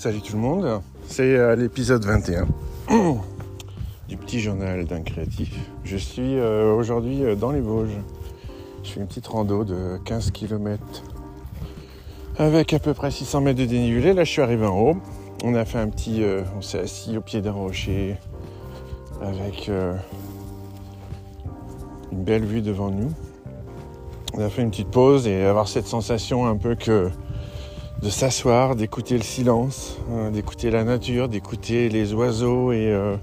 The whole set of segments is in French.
Salut tout le monde, c'est l'épisode 21 du petit journal d'un créatif. Je suis aujourd'hui dans les Vosges. Je fais une petite rando de 15 km avec à peu près 600 mètres de dénivelé. Là je suis arrivé en haut. On a fait on s'est assis au pied d'un rocher avec une belle vue devant nous. On a fait une petite pause et avoir cette sensation un peu de s'asseoir, d'écouter le silence, d'écouter la nature, d'écouter les oiseaux et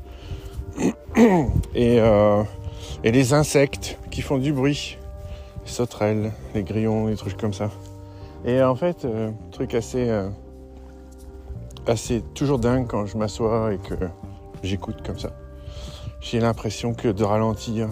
les insectes qui font du bruit, les sauterelles, les grillons, des trucs comme ça. Et en fait, truc assez toujours dingue quand je m'assois et que j'écoute comme ça. J'ai l'impression de ralentir,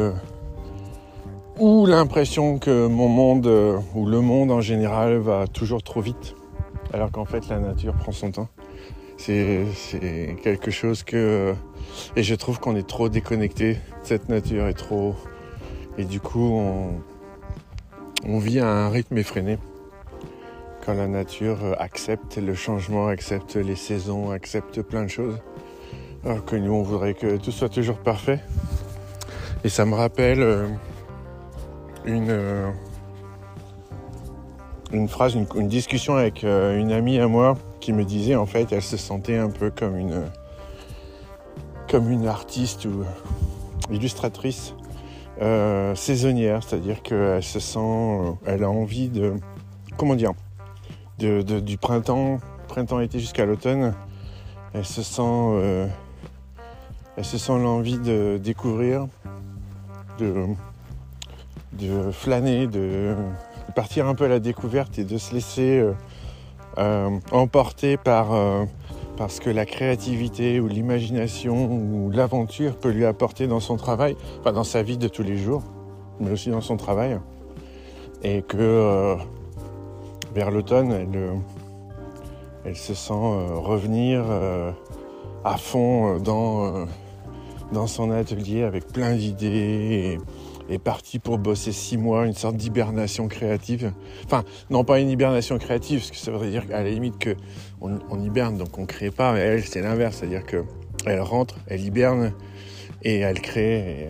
ou l'impression que mon monde, ou le monde en général, va toujours trop vite, alors qu'en fait la nature prend son temps. C'est quelque chose et je trouve qu'on est trop déconnecté de cette nature, et du coup on vit à un rythme effréné. Quand la nature accepte le changement, accepte les saisons, accepte plein de choses, alors que nous on voudrait que tout soit toujours parfait. Et ça me rappelle une phrase, une discussion avec une amie à moi qui me disait, en fait, elle se sentait un peu comme une artiste ou illustratrice saisonnière, c'est-à-dire qu'elle se sent, elle a envie du printemps-été jusqu'à l'automne. Elle se sent l'envie de découvrir, de flâner, de partir un peu à la découverte et de se laisser emporter par ce que la créativité ou l'imagination ou l'aventure peut lui apporter dans son travail, enfin dans sa vie de tous les jours, mais aussi dans son travail. Et que vers l'automne, elle se sent revenir à fond dans son atelier avec plein d'idées et parti pour bosser 6 mois, une sorte d'hibernation créative. Enfin, non pas une hibernation créative, parce que ça veut dire qu'à la limite qu'on hiberne, donc on crée pas, mais elle, c'est l'inverse, c'est-à-dire qu'elle rentre, elle hiberne et elle crée.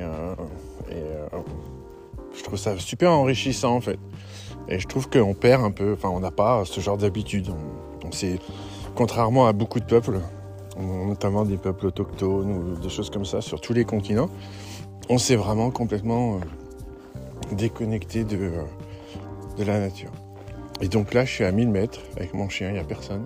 Je trouve ça super enrichissant, en fait. Et je trouve qu'on perd un peu, on n'a pas ce genre d'habitude. Contrairement à beaucoup de peuples, notamment des peuples autochtones ou des choses comme ça sur tous les continents, on s'est vraiment complètement déconnecté de la nature. Et donc là, je suis à 1000 mètres avec mon chien, il n'y a personne.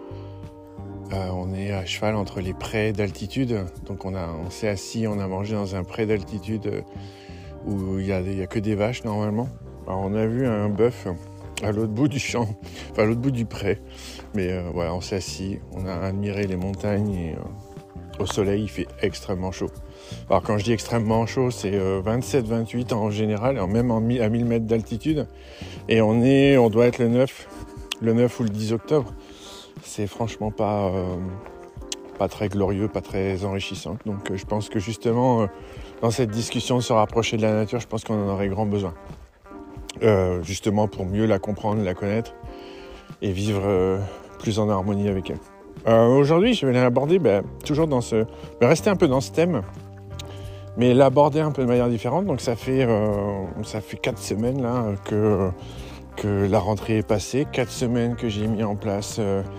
On est à cheval entre les prés d'altitude. Donc on s'est assis, on a mangé dans un pré d'altitude où il y a que des vaches normalement. Alors on a vu un bœuf à l'autre bout du champ, à l'autre bout du pré. Mais voilà, on s'est assis, on a admiré les montagnes et au soleil, il fait extrêmement chaud. Alors quand je dis extrêmement chaud, c'est 27-28 en général, même à 1000 mètres d'altitude. Et on doit être le 9 ou le 10 octobre. C'est franchement pas très glorieux, pas très enrichissant. Donc je pense que justement, dans cette discussion de se rapprocher de la nature, je pense qu'on en aurait grand besoin. Justement pour mieux la comprendre, la connaître et vivre plus en harmonie avec elle. Aujourd'hui, je vais l'aborder toujours rester un peu dans ce thème, mais l'aborder un peu de manière différente. Donc ça fait 4 semaines là que la rentrée est passée, 4 semaines que j'ai mis en place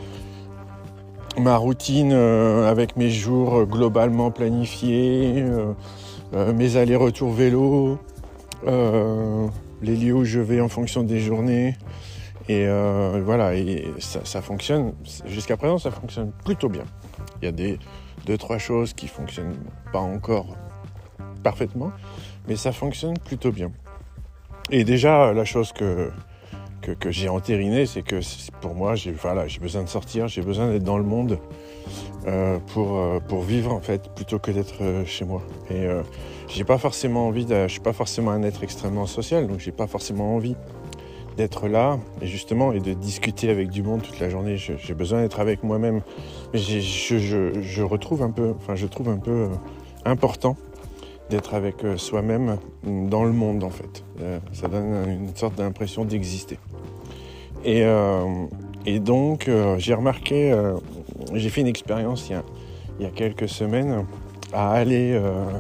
ma routine avec mes jours globalement planifiés, mes allers-retours vélo, les lieux où je vais en fonction des journées. Et voilà, et ça fonctionne, jusqu'à présent ça fonctionne plutôt bien. Il y a 2-3 choses qui fonctionnent pas encore parfaitement, mais ça fonctionne plutôt bien. Et déjà, la chose que j'ai entérinée, c'est que pour moi, j'ai besoin de sortir, j'ai besoin d'être dans le monde pour vivre en fait, plutôt que d'être chez moi. Et j'ai pas forcément je suis pas forcément un être extrêmement social, donc j'ai pas forcément envie d'être là et justement et de discuter avec du monde toute la journée. J'ai besoin d'être avec moi-même. Je trouve un peu important d'être avec soi-même dans le monde en fait. Ça donne une sorte d'impression d'exister. Et donc j'ai remarqué j'ai fait une expérience il y a quelques semaines à aller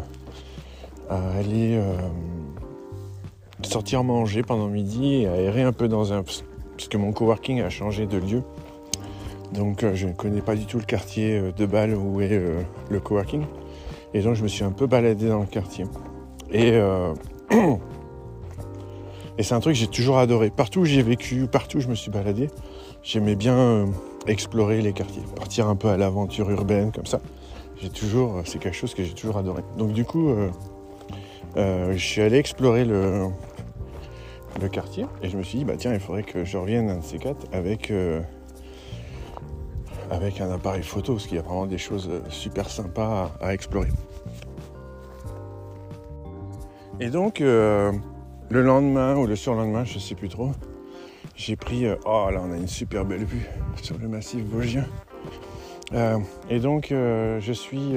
sortir manger pendant midi et aérer un peu parce que mon coworking a changé de lieu. Donc je ne connais pas du tout le quartier de Bâle où est le coworking. Et donc je me suis un peu baladé dans le quartier. Et c'est un truc que j'ai toujours adoré. Partout où j'ai vécu, partout où je me suis baladé, j'aimais bien explorer les quartiers, partir un peu à l'aventure urbaine comme ça. C'est quelque chose que j'ai toujours adoré. Donc du coup, je suis allé explorer le quartier et je me suis dit, bah tiens, il faudrait que je revienne un de ces quatre avec un appareil photo, parce qu'il y a vraiment des choses super sympas à explorer. Et donc, le lendemain ou le surlendemain, je ne sais plus trop, j'ai pris... oh là, on a une super belle vue sur le massif vosgien. Et donc, je suis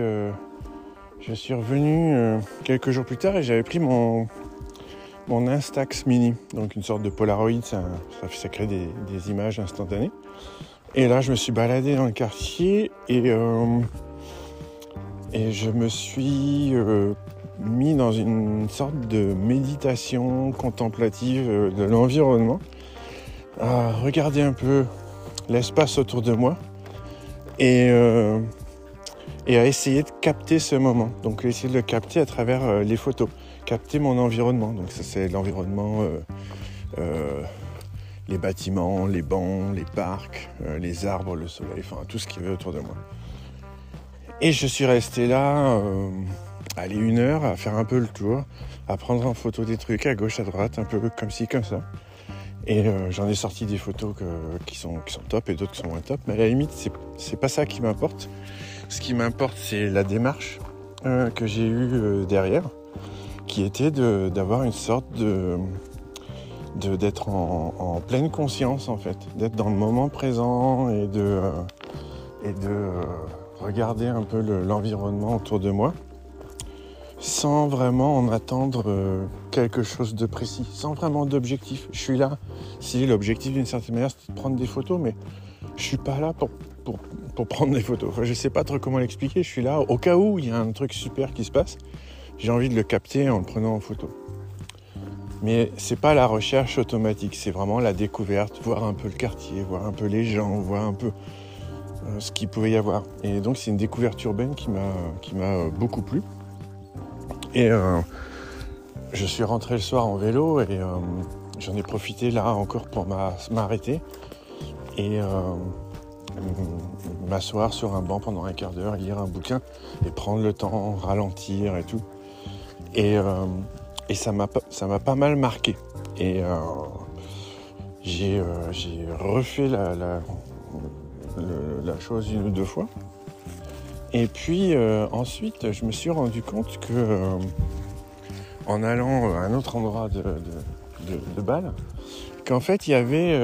revenu quelques jours plus tard et j'avais pris mon Instax Mini, donc une sorte de Polaroid, ça crée des images instantanées. Et là, je me suis baladé dans le quartier et je me suis mis dans une sorte de méditation contemplative de l'environnement, à regarder un peu l'espace autour de moi et à essayer de capter ce moment. Donc, essayer de le capter à travers les photos, capter mon environnement. Donc, ça, c'est l'environnement... les bâtiments, les bancs, les parcs, les arbres, le soleil, enfin tout ce qu'il y avait autour de moi. Et je suis resté là, 1 heure, à faire un peu le tour, à prendre en photo des trucs à gauche, à droite, un peu comme ci, comme ça. Et j'en ai sorti des photos qui sont top et d'autres qui sont moins top. Mais à la limite, c'est pas ça qui m'importe. Ce qui m'importe, c'est la démarche que j'ai eue derrière, qui était d'avoir une sorte d'être en pleine conscience en fait, d'être dans le moment présent et de regarder un peu l'environnement autour de moi sans vraiment en attendre quelque chose de précis, sans vraiment d'objectif. Je suis là, si l'objectif d'une certaine manière c'est de prendre des photos, mais je suis pas là pour prendre des photos. Enfin, je sais pas trop comment l'expliquer, je suis là au cas où il y a un truc super qui se passe, j'ai envie de le capter en le prenant en photo. Mais c'est pas la recherche automatique, c'est vraiment la découverte, voir un peu le quartier, voir un peu les gens, voir un peu ce qu'il pouvait y avoir. Et donc c'est une découverte urbaine qui m'a beaucoup plu. Et je suis rentré le soir en vélo et j'en ai profité là encore pour m'arrêter et m'asseoir sur un banc pendant un quart d'heure, lire un bouquin et prendre le temps, ralentir et tout. Et ça m'a pas mal marqué. Et j'ai refait la chose 1 ou 2 fois. Et puis ensuite, je me suis rendu compte que en allant à un autre endroit de Bâle, qu'en fait, il y avait...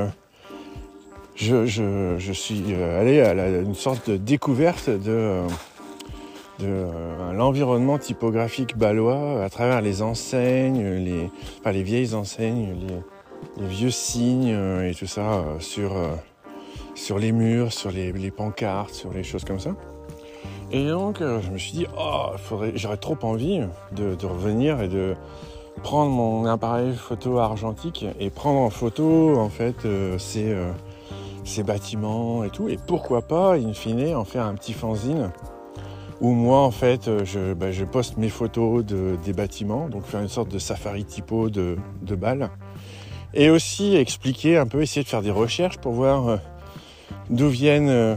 je suis allé à une sorte de découverte de l'environnement typographique bâlois à travers les enseignes, les vieilles enseignes, les vieux signes et tout ça sur les murs, sur les pancartes, sur les choses comme ça. Et donc je me suis dit, j'aurais trop envie de revenir et de prendre mon appareil photo argentique et prendre en photo en fait ces bâtiments et tout, et pourquoi pas in fine en faire un petit fanzine où moi en fait je poste mes photos des bâtiments, donc faire une sorte de safari typo de Bâle, et aussi expliquer un peu, essayer de faire des recherches pour voir d'où vient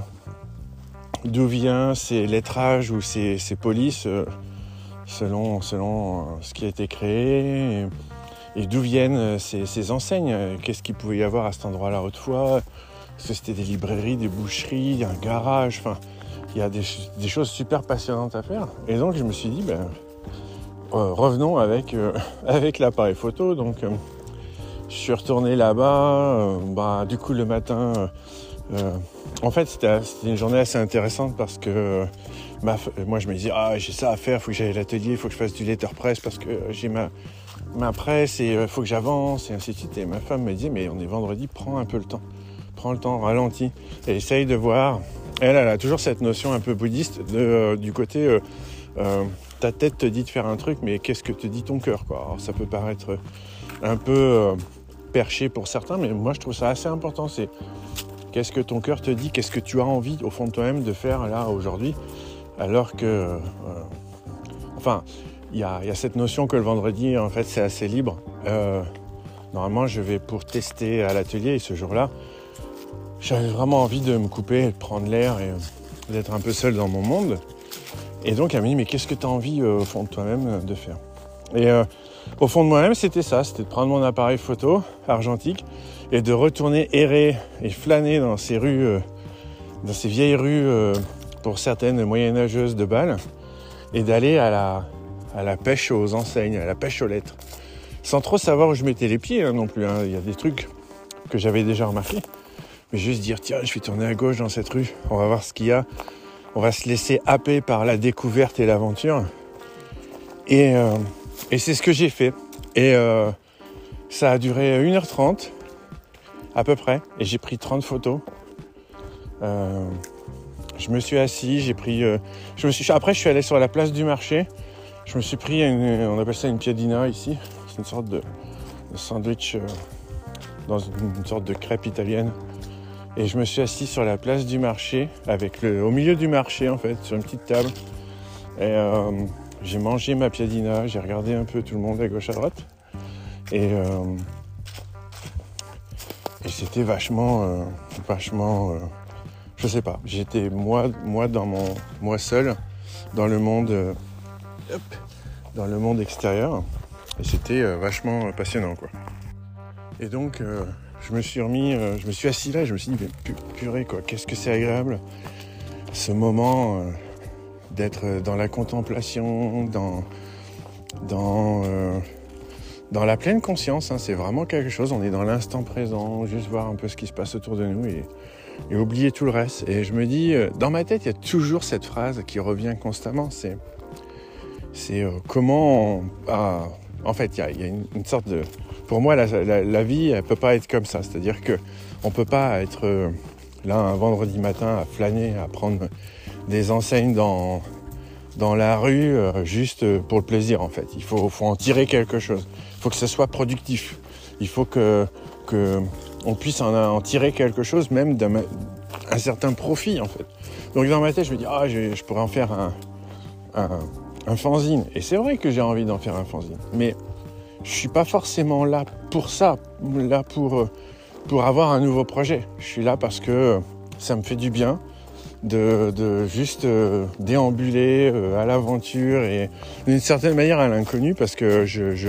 ces lettrages ou ces polices selon ce qui a été créé, et d'où viennent ces enseignes, qu'est-ce qu'il pouvait y avoir à cet endroit-là autrefois, est-ce que c'était des librairies, des boucheries, un garage, enfin il y a des choses super passionnantes à faire. Et donc je me suis dit, revenons avec l'appareil photo. Donc je suis retourné là-bas. Du coup le matin, en fait c'était une journée assez intéressante parce que moi je me disais, j'ai ça à faire, il faut que j'aille à l'atelier, il faut que je fasse du letterpress parce que j'ai ma presse et il faut que j'avance et ainsi de suite. Et ma femme me disait, mais on est vendredi, prends un peu le temps. Prends le temps, ralentis et essaye de voir elle a toujours cette notion un peu bouddhiste du côté ta tête te dit de faire un truc, mais qu'est-ce que te dit ton cœur, quoi. Alors, ça peut paraître un peu perché pour certains, mais moi je trouve ça assez important. C'est qu'est-ce que ton cœur te dit, qu'est-ce que tu as envie au fond de toi-même de faire là aujourd'hui, alors que il y a cette notion que le vendredi en fait c'est assez libre. Normalement je vais pour tester à l'atelier et ce jour-là j'avais vraiment envie de me couper, de prendre l'air et d'être un peu seul dans mon monde. Et donc elle m'a dit mais qu'est-ce que tu as envie au fond de toi-même de faire? Et au fond de moi-même c'était ça, c'était de prendre mon appareil photo argentique et de retourner errer et flâner dans ces rues, dans ces vieilles rues pour certaines moyenâgeuses de Bâle et d'aller à la pêche aux enseignes, à la pêche aux lettres. Sans trop savoir où je mettais les pieds non plus. Il y a des trucs que j'avais déjà remarqués. Mais juste dire tiens je vais tourner à gauche dans cette rue, on va voir ce qu'il y a. On va se laisser happer par la découverte et l'aventure. Et c'est ce que j'ai fait. Et ça a duré 1h30 à peu près. Et j'ai pris 30 photos. Je me suis assis, j'ai pris... Après, je suis allé sur la place du marché. Je me suis pris, on appelle ça une piadina ici. C'est une sorte de sandwich dans une sorte de crêpe italienne. Et je me suis assis sur la place du marché, au milieu du marché en fait, sur une petite table. Et j'ai mangé ma piadina, j'ai regardé un peu tout le monde à gauche à droite. Et c'était vachement, je sais pas. J'étais moi seul dans le monde, dans le monde extérieur. Et c'était vachement passionnant quoi. Et donc je me suis assis là et je me suis dit, mais purée quoi, qu'est-ce que c'est agréable ce moment d'être dans la contemplation, dans la pleine conscience, hein, c'est vraiment quelque chose, on est dans l'instant présent, juste voir un peu ce qui se passe autour de nous et oublier tout le reste. Et je me dis, dans ma tête, il y a toujours cette phrase qui revient constamment, c'est comment en fait, il y a une sorte de... Pour moi, la vie, elle peut pas être comme ça. C'est-à-dire que on peut pas être là un vendredi matin à flâner, à prendre des enseignes dans la rue juste pour le plaisir, en fait. Il faut en tirer quelque chose. Il faut que ce soit productif. Il faut que on puisse en tirer quelque chose, même un certain profit, en fait. Donc dans ma tête, je me dis, je pourrais en faire un fanzine. Et c'est vrai que j'ai envie d'en faire un fanzine. Mais je suis pas forcément là pour ça, là pour avoir un nouveau projet. Je suis là parce que ça me fait du bien de juste déambuler à l'aventure et d'une certaine manière à l'inconnu, parce que je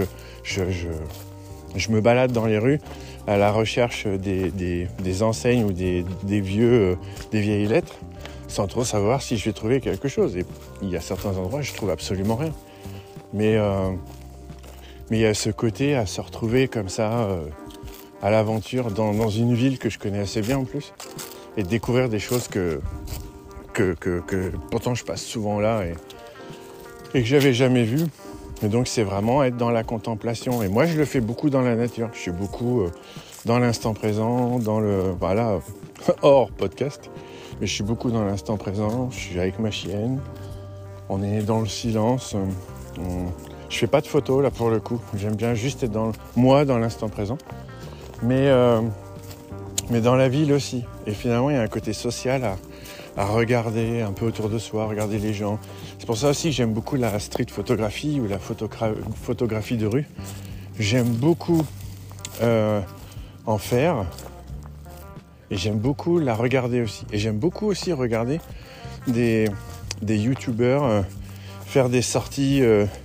me balade dans les rues à la recherche des enseignes ou des vieilles lettres, sans trop savoir si je vais trouver quelque chose. Et il y a certains endroits où je trouve absolument rien. Mais il y a ce côté à se retrouver comme ça à l'aventure dans une ville que je connais assez bien en plus, et de découvrir des choses que pourtant je passe souvent là et que j'avais jamais vues. Et donc c'est vraiment être dans la contemplation. Et moi je le fais beaucoup dans la nature. Je suis beaucoup dans l'instant présent, hors podcast. Mais je suis beaucoup dans l'instant présent. Je suis avec ma chienne. On est dans le silence. Je fais pas de photos là pour le coup. J'aime bien juste être dans l'instant présent. Mais dans la ville aussi. Et finalement il y a un côté social à regarder un peu autour de soi, regarder les gens. C'est pour ça aussi que j'aime beaucoup la street photographie ou la photographie de rue. J'aime beaucoup en faire et j'aime beaucoup la regarder aussi. Et j'aime beaucoup aussi regarder des youtubeurs faire des sorties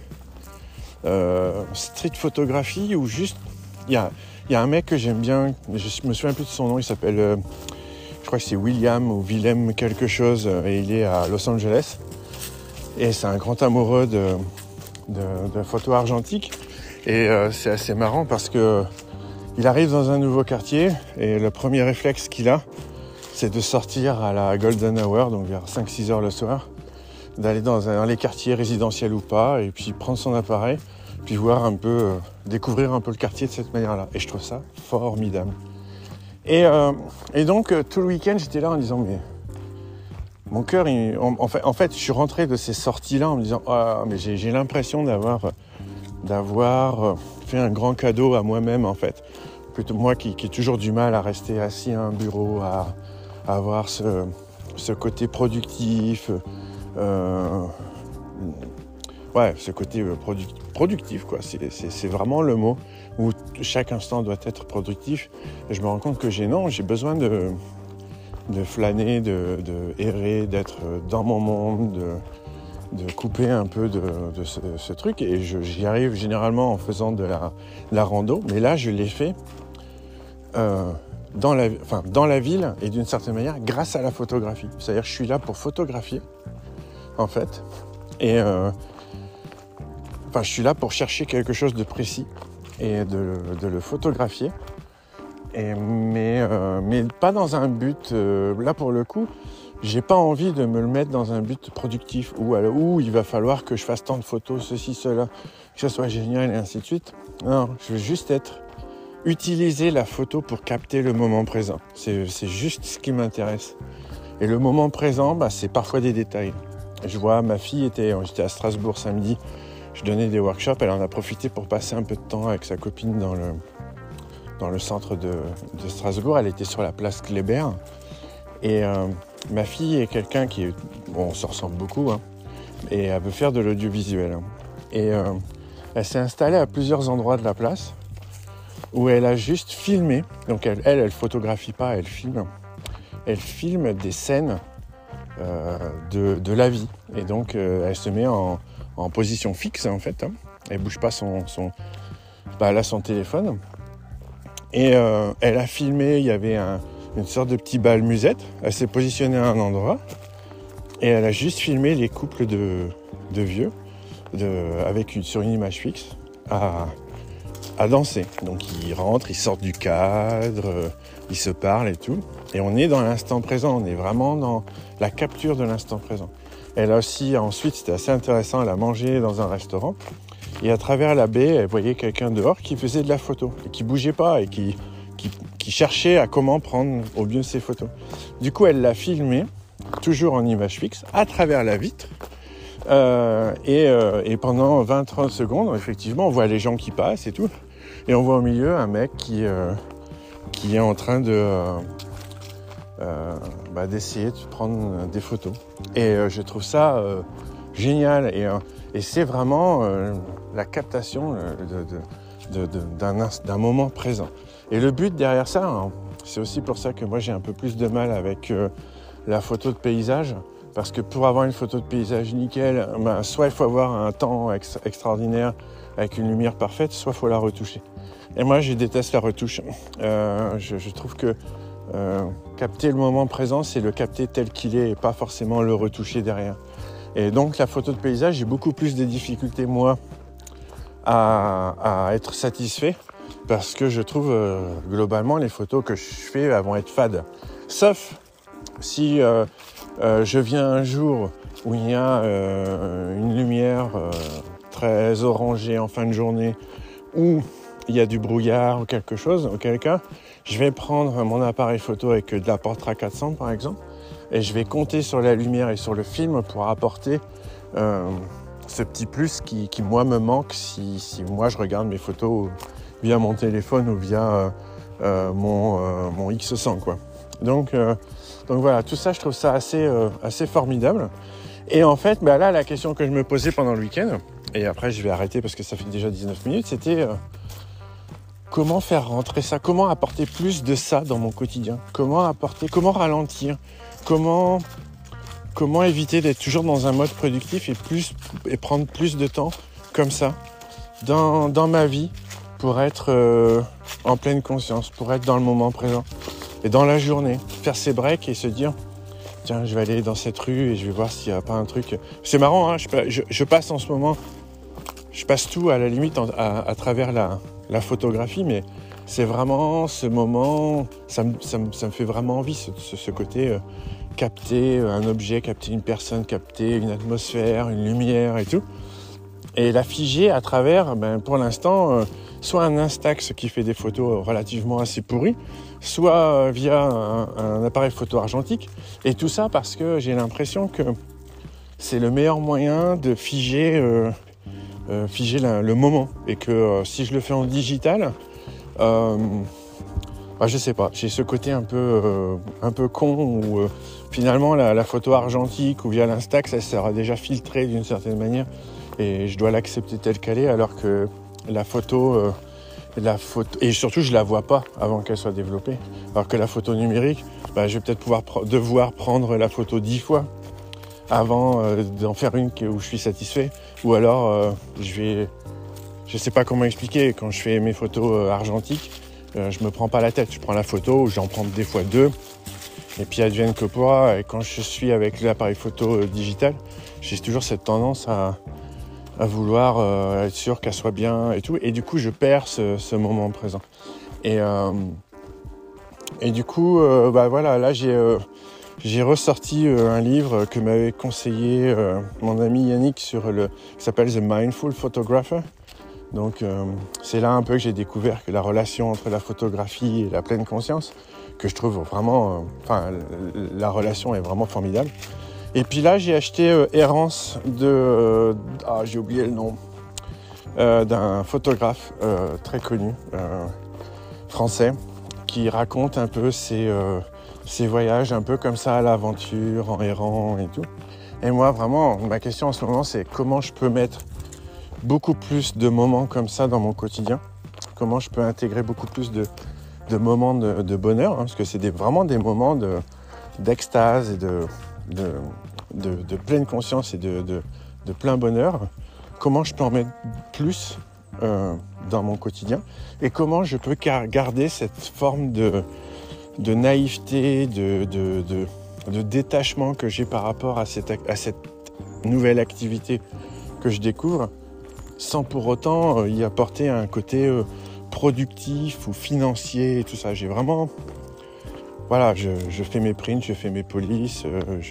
street photographie ou juste... Il y a un mec que j'aime bien, je me souviens plus de son nom, il s'appelle... je crois que c'est William ou Willem quelque chose, et il est à Los Angeles. Et c'est un grand amoureux de photos argentiques. Et c'est assez marrant parce que il arrive dans un nouveau quartier et le premier réflexe qu'il a, c'est de sortir à la golden hour, donc vers 5-6 heures le soir, d'aller dans les quartiers résidentiels ou pas, et puis prendre son appareil, puis voir un peu, découvrir un peu le quartier de cette manière-là. Et je trouve ça formidable. Et donc tout le week-end j'étais là en disant mais mon cœur, en fait, je suis rentré de ces sorties-là en me disant ah, mais j'ai l'impression d'avoir fait un grand cadeau à moi-même, en fait. Plutôt moi qui ai toujours du mal à rester assis à un bureau, à avoir ce côté productif, ce côté productif, quoi. C'est vraiment le mot où chaque instant doit être productif. Et je me rends compte que j'ai besoin de flâner, de errer, d'être dans mon monde, de couper un peu de ce truc. Et j'y arrive généralement en faisant de la rando. Mais là, je l'ai fait dans la ville et d'une certaine manière grâce à la photographie. C'est-à-dire que je suis là pour photographier, en fait. Et je suis là pour chercher quelque chose de précis et de le photographier. Mais pas dans un but, là pour le coup, j'ai pas envie de me le mettre dans un but productif où il va falloir que je fasse tant de photos, ceci, cela, que ça soit génial et ainsi de suite. Non, je veux juste utiliser la photo pour capter le moment présent. C'est juste ce qui m'intéresse. Et le moment présent, c'est parfois des détails. Je vois, ma fille j'étais à Strasbourg samedi, je donnais des workshops, elle en a profité pour passer un peu de temps avec sa copine dans le centre de Strasbourg. Elle était sur la place Kléber. Et ma fille est quelqu'un on se ressemble beaucoup, hein, et elle veut faire de l'audiovisuel. Hein. Et elle s'est installée à plusieurs endroits de la place où elle a juste filmé. Donc elle photographie pas, elle filme. Elle filme des scènes de la vie. Et donc elle se met en position fixe, en fait. Hein. Elle bouge pas elle a son téléphone. Et elle a filmé, il y avait une sorte de petit bal musette. Elle s'est positionnée à un endroit et elle a juste filmé les couples de vieux sur une image fixe à danser. Donc ils rentrent, ils sortent du cadre, ils se parlent et tout. Et on est dans l'instant présent, on est vraiment dans la capture de l'instant présent. Elle a aussi, ensuite, c'était assez intéressant, elle a mangé dans un restaurant. Et à travers la baie, elle voyait quelqu'un dehors qui faisait de la photo, et qui bougeait pas, et qui cherchait à comment prendre au mieux ses photos. Du coup, elle l'a filmé, toujours en image fixe, à travers la vitre. Et pendant 20-30 secondes, effectivement, on voit les gens qui passent et tout. Et on voit au milieu un mec qui est en train d'essayer de prendre des photos. Et je trouve ça génial. Et c'est vraiment la captation d'un moment présent. Et le but derrière ça, hein, c'est aussi pour ça que moi j'ai un peu plus de mal avec la photo de paysage. Parce que pour avoir une photo de paysage nickel, soit il faut avoir un temps extraordinaire avec une lumière parfaite, soit il faut la retoucher. Et moi je déteste la retouche. Je trouve que capter le moment présent, c'est le capter tel qu'il est et pas forcément le retoucher derrière. Et donc la photo de paysage, j'ai beaucoup plus de difficultés, moi, à être satisfait parce que je trouve globalement les photos que je fais elles vont être fades. Sauf si je viens un jour où il y a une lumière très orangée en fin de journée, où il y a du brouillard ou quelque chose, auquel cas, je vais prendre mon appareil photo avec de la Portra 400 par exemple, et je vais compter sur la lumière et sur le film pour apporter ce petit plus qui moi me manque si moi je regarde mes photos via mon téléphone ou via mon X100 quoi. Donc voilà, tout ça je trouve ça assez formidable. Et en fait là la question que je me posais pendant le week-end, et après je vais arrêter parce que ça fait déjà 19 minutes, c'était comment faire rentrer ça, comment apporter plus de ça dans mon quotidien, comment ralentir, comment éviter d'être toujours dans un mode productif et prendre plus de temps comme ça dans ma vie pour être en pleine conscience, pour être dans le moment présent et dans la journée, faire ses breaks et se dire tiens, je vais aller dans cette rue et je vais voir s'il n'y a pas un truc. C'est marrant, hein, je passe en ce moment, je passe tout à la limite à travers la photographie, mais c'est vraiment ce moment, ça me fait vraiment envie, ce côté capter un objet, capter une personne, capter une atmosphère, une lumière et tout. et la figer à travers, pour l'instant, soit un Instax qui fait des photos relativement assez pourries, soit via un appareil photo argentique. Et tout ça parce que j'ai l'impression que c'est le meilleur moyen de figer le moment. Et que si je le fais en digital, je sais pas, j'ai ce côté un peu con où finalement la photo argentique ou via l'Instax, elle sera déjà filtrée d'une certaine manière et je dois l'accepter telle qu'elle est, alors que la photo et surtout je la vois pas avant qu'elle soit développée, alors que la photo numérique, je vais peut-être devoir prendre la photo 10 fois avant d'en faire une où je suis satisfait, ou alors je sais pas comment expliquer, quand je fais mes photos argentiques, je me prends pas la tête, je prends la photo, j'en prends des fois 2, et puis advienne que pourra. Et quand je suis avec l'appareil photo digital, j'ai toujours cette tendance à vouloir être sûr qu'elle soit bien et tout, et du coup je perds ce moment présent. Et du coup, là j'ai ressorti un livre que m'avait conseillé mon ami Yannick qui s'appelle The Mindful Photographer. Donc c'est là un peu que j'ai découvert que la relation entre la photographie et la pleine conscience, que je trouve vraiment, la relation est vraiment formidable. Et puis là j'ai acheté Errance j'ai oublié le nom, d'un photographe très connu, français, qui raconte un peu ses voyages un peu comme ça à l'aventure, en errant et tout. Et moi vraiment, ma question en ce moment, c'est comment je peux mettre beaucoup plus de moments comme ça dans mon quotidien, comment je peux intégrer beaucoup plus de moments de bonheur, parce que c'est vraiment des moments d'extase et de pleine conscience et de plein bonheur. Comment je peux en mettre plus dans mon quotidien, et comment je peux garder cette forme de naïveté, de détachement que j'ai par rapport à cette nouvelle activité que je découvre, sans pour autant y apporter un côté productif ou financier et tout ça. J'ai vraiment... Voilà, je fais mes prints, je fais mes polices,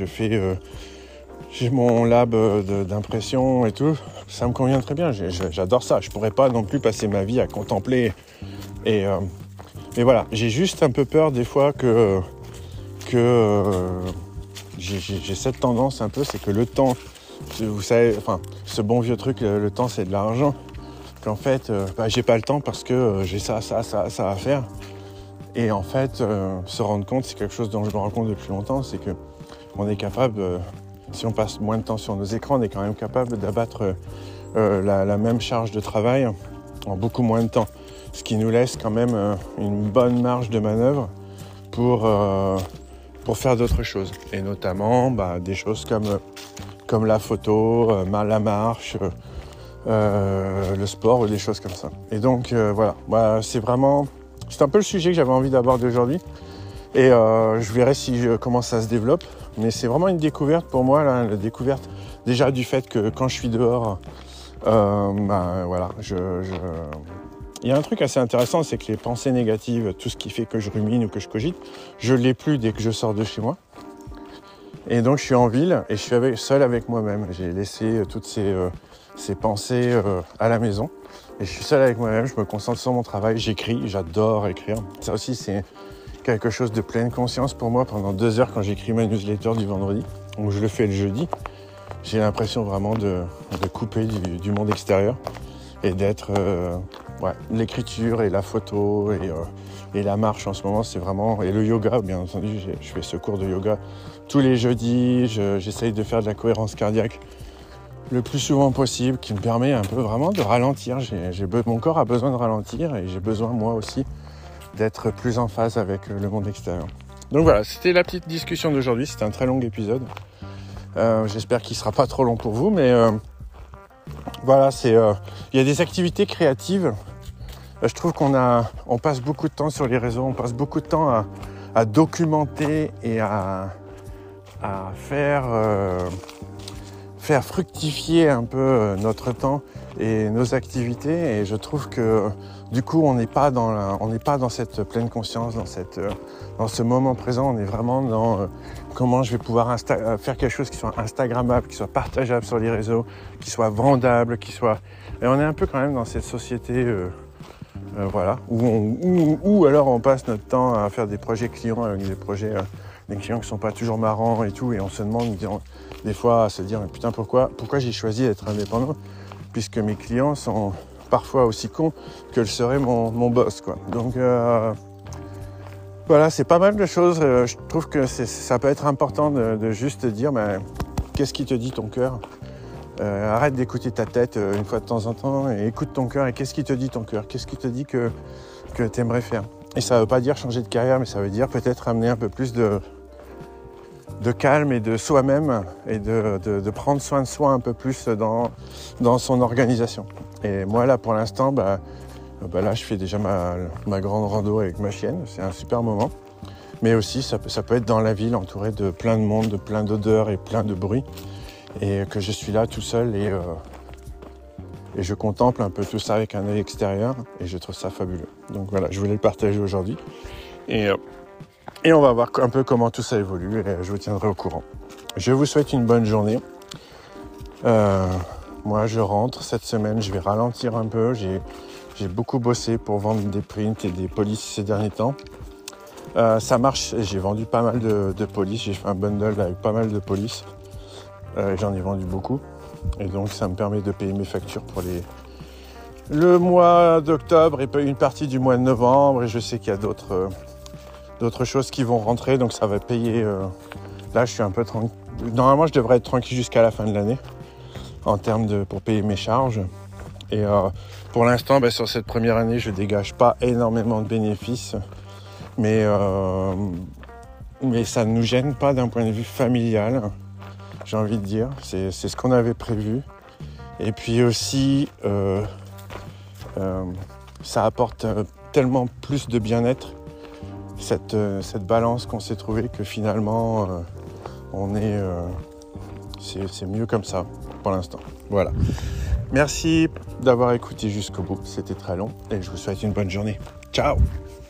j'ai mon lab d'impression et tout. Ça me convient très bien, j'adore ça. Je pourrais pas non plus passer ma vie à contempler. Mais voilà, j'ai juste un peu peur des fois que j'ai cette tendance un peu, c'est que le temps... Vous savez, ce bon vieux truc, le temps c'est de l'argent, qu'en fait, j'ai pas le temps parce que j'ai ça à faire. Et en fait, se rendre compte, c'est quelque chose dont je me rends compte depuis longtemps, c'est que on est capable, si on passe moins de temps sur nos écrans, on est quand même capable d'abattre la même charge de travail en beaucoup moins de temps. Ce qui nous laisse quand même une bonne marge de manœuvre pour faire d'autres choses. Et notamment des choses comme la photo, la marche, le sport ou des choses comme ça. Et donc c'est un peu le sujet que j'avais envie d'aborder aujourd'hui. Et je verrai comment ça se développe. Mais c'est vraiment une découverte pour moi, là, la découverte déjà du fait que quand je suis dehors, il y a un truc assez intéressant, c'est que les pensées négatives, tout ce qui fait que je rumine ou que je cogite, je l'ai plus dès que je sors de chez moi. Et donc je suis en ville et je suis seul avec moi-même. J'ai laissé toutes ces pensées à la maison. Et je suis seul avec moi-même, je me concentre sur mon travail, j'écris, j'adore écrire. Ça aussi c'est quelque chose de pleine conscience pour moi. Pendant 2 heures quand j'écris ma newsletter du vendredi, ou je le fais le jeudi, j'ai l'impression vraiment de couper du monde extérieur et d'être... l'écriture et la photo et la marche en ce moment, c'est vraiment... Et le yoga, bien entendu, je fais ce cours de yoga tous les jeudis, j'essaye de faire de la cohérence cardiaque le plus souvent possible, qui me permet un peu vraiment de ralentir. Mon corps a besoin de ralentir et j'ai besoin moi aussi d'être plus en phase avec le monde extérieur. Donc voilà, c'était la petite discussion d'aujourd'hui, c'était un très long épisode. J'espère qu'il ne sera pas trop long pour vous, mais voilà, il y a des activités créatives. Je trouve on passe beaucoup de temps sur les réseaux, on passe beaucoup de temps à documenter et à faire faire fructifier un peu notre temps et nos activités. Et je trouve que du coup, on n'est pas dans cette pleine conscience, dans ce moment présent. On est vraiment dans comment je vais pouvoir faire quelque chose qui soit instagrammable, qui soit partageable sur les réseaux, qui soit vendable, Et on est un peu quand même dans cette société, où alors on passe notre temps à faire des projets clients avec des clients qui sont pas toujours marrants et tout, et on se demande des fois à se dire mais putain pourquoi j'ai choisi d'être indépendant puisque mes clients sont parfois aussi cons que le serait mon boss, quoi. Donc voilà, c'est pas mal de choses. Je trouve que ça peut être important de juste dire qu'est-ce qui te dit ton cœur. Arrête d'écouter ta tête une fois de temps en temps et écoute ton cœur. Et qu'est-ce qui te dit ton cœur? Qu'est-ce qui te dit que tu aimerais faire? Et ça veut pas dire changer de carrière, mais ça veut dire peut-être amener un peu plus de calme et de soi-même et de prendre soin de soi un peu plus dans son organisation. Et moi là pour l'instant, là je fais déjà ma grande rando avec ma chienne, c'est un super moment. Mais aussi ça peut être dans la ville entouré de plein de monde, de plein d'odeurs et plein de bruit. Et que je suis là tout seul et je contemple un peu tout ça avec un œil extérieur et je trouve ça fabuleux. Donc voilà, je voulais le partager aujourd'hui. Et on va voir un peu comment tout ça évolue et je vous tiendrai au courant. Je vous souhaite une bonne journée. Moi, je rentre cette semaine, je vais ralentir un peu. J'ai beaucoup bossé pour vendre des prints et des polices ces derniers temps. Ça marche, j'ai vendu pas mal de polices. J'ai fait un bundle avec pas mal de polices. J'en ai vendu beaucoup. Et donc, ça me permet de payer mes factures pour le mois d'octobre et une partie du mois de novembre. Et je sais qu'il y a d'autres choses qui vont rentrer, donc ça va payer. Là, je suis un peu tranquille. Normalement, je devrais être tranquille jusqu'à la fin de l'année en termes pour payer mes charges. Et pour l'instant, sur cette première année, je dégage pas énormément de bénéfices, mais ça ne nous gêne pas d'un point de vue familial. J'ai envie de dire, c'est ce qu'on avait prévu. Et puis aussi, ça apporte tellement plus de bien-être. Cette balance qu'on s'est trouvée que finalement c'est mieux comme ça pour l'instant. Voilà. Merci d'avoir écouté jusqu'au bout. C'était très long et je vous souhaite une bonne journée. Ciao!